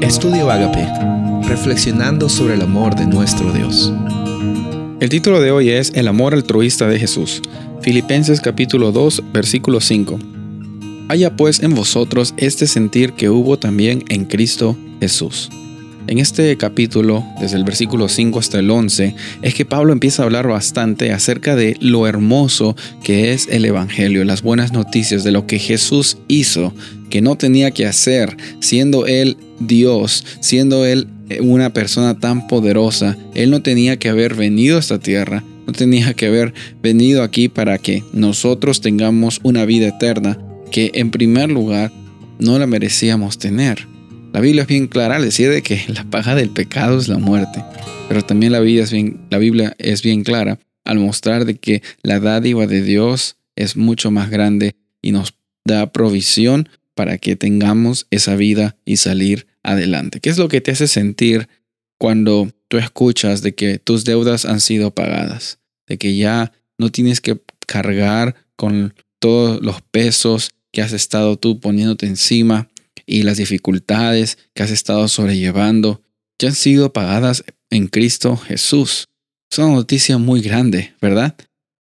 Estudio Ágape, reflexionando sobre el amor de nuestro Dios. El título de hoy es El amor altruista de Jesús. Filipenses capítulo 2, versículo 5. Haya pues en vosotros este sentir que hubo también en Cristo Jesús. En este capítulo, desde el versículo 5 hasta el 11, es que Pablo empieza a hablar bastante acerca de lo hermoso que es el Evangelio, las buenas noticias de lo que Jesús hizo, que no tenía que hacer, siendo Él Dios, siendo Él una persona tan poderosa. Él no tenía que haber venido a esta tierra, no tenía que haber venido aquí para que nosotros tengamos una vida eterna, que en primer lugar no la merecíamos tener. La Biblia es bien clara al decir de que la paga del pecado es la muerte, pero también la Biblia es bien clara al mostrar de que la dádiva de Dios es mucho más grande y nos da provisión para que tengamos esa vida y salir adelante. ¿Qué es lo que te hace sentir cuando tú escuchas de que tus deudas han sido pagadas? De que ya no tienes que cargar con todos los pesos que has estado tú poniéndote encima y las dificultades que has estado sobrellevando ya han sido pagadas en Cristo Jesús. Es una noticia muy grande, ¿verdad?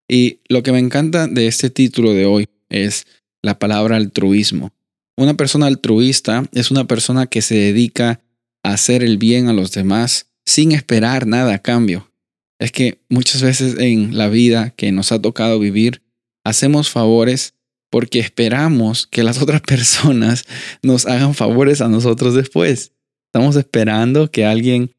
Y lo que me encanta de este título de hoy es la palabra altruismo. Una persona altruista es una persona que se dedica a hacer el bien a los demás sin esperar nada a cambio. Es que muchas veces en la vida que nos ha tocado vivir, hacemos favores porque esperamos que las otras personas nos hagan favores a nosotros después. Estamos esperando que alguien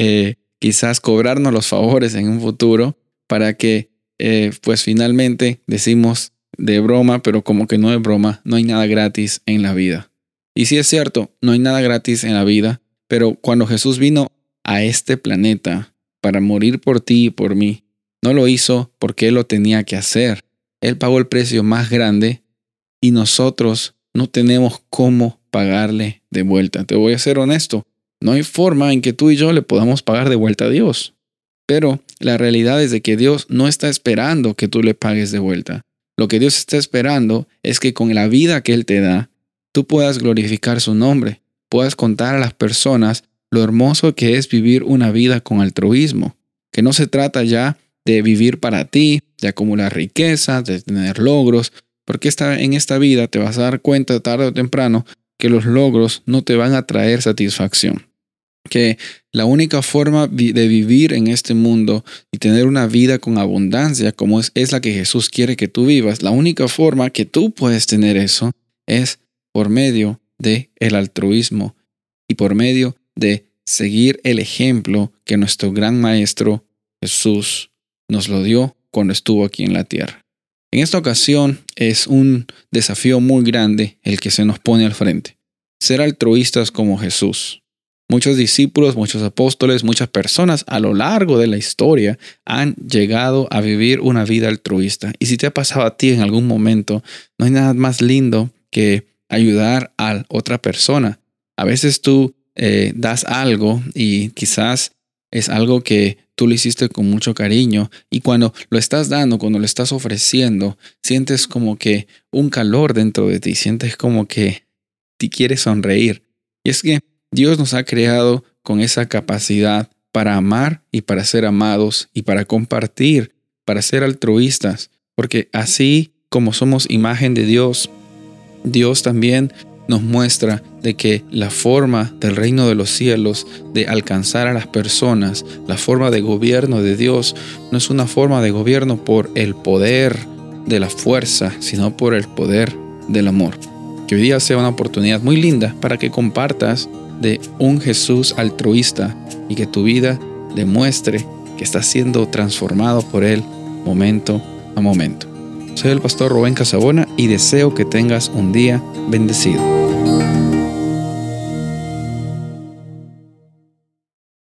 quizás cobrarnos los favores en un futuro para que pues finalmente decimos de broma, pero como que no es broma, no hay nada gratis en la vida. Y sí es cierto, no hay nada gratis en la vida, pero cuando Jesús vino a este planeta para morir por ti y por mí, no lo hizo porque Él lo tenía que hacer. Él pagó el precio más grande y nosotros no tenemos cómo pagarle de vuelta. Te voy a ser honesto, no hay forma en que tú y yo le podamos pagar de vuelta a Dios. Pero la realidad es de que Dios no está esperando que tú le pagues de vuelta. Lo que Dios está esperando es que con la vida que Él te da, tú puedas glorificar su nombre, puedas contar a las personas lo hermoso que es vivir una vida con altruismo, que no se trata ya de vivir para ti, de acumular riquezas, de tener logros, porque en esta vida te vas a dar cuenta tarde o temprano que los logros no te van a traer satisfacción. Que la única forma de vivir en este mundo y tener una vida con abundancia como es la que Jesús quiere que tú vivas, la única forma que tú puedes tener eso es por medio del altruismo y por medio de seguir el ejemplo que nuestro gran maestro Jesús nos lo dio cuando estuvo aquí en la tierra. En esta ocasión es un desafío muy grande el que se nos pone al frente. Ser altruistas como Jesús. Muchos discípulos, muchos apóstoles, muchas personas a lo largo de la historia han llegado a vivir una vida altruista. Y si te ha pasado a ti en algún momento, no hay nada más lindo que ayudar a otra persona. A veces tú das algo y quizás es algo que tú lo hiciste con mucho cariño y cuando lo estás dando, cuando lo estás ofreciendo, sientes como que un calor dentro de ti, sientes como que te quieres sonreír. Y es que Dios nos ha creado con esa capacidad para amar y para ser amados y para compartir, para ser altruistas, porque así como somos imagen de Dios, Dios también nos muestra de que la forma del reino de los cielos, de alcanzar a las personas, la forma de gobierno de Dios, no es una forma de gobierno por el poder de la fuerza, sino por el poder del amor. Que hoy día sea una oportunidad muy linda para que compartas de un Jesús altruista y que tu vida demuestre que estás siendo transformado por Él momento a momento. Soy el pastor Rubén Casabona y deseo que tengas un día bendecido.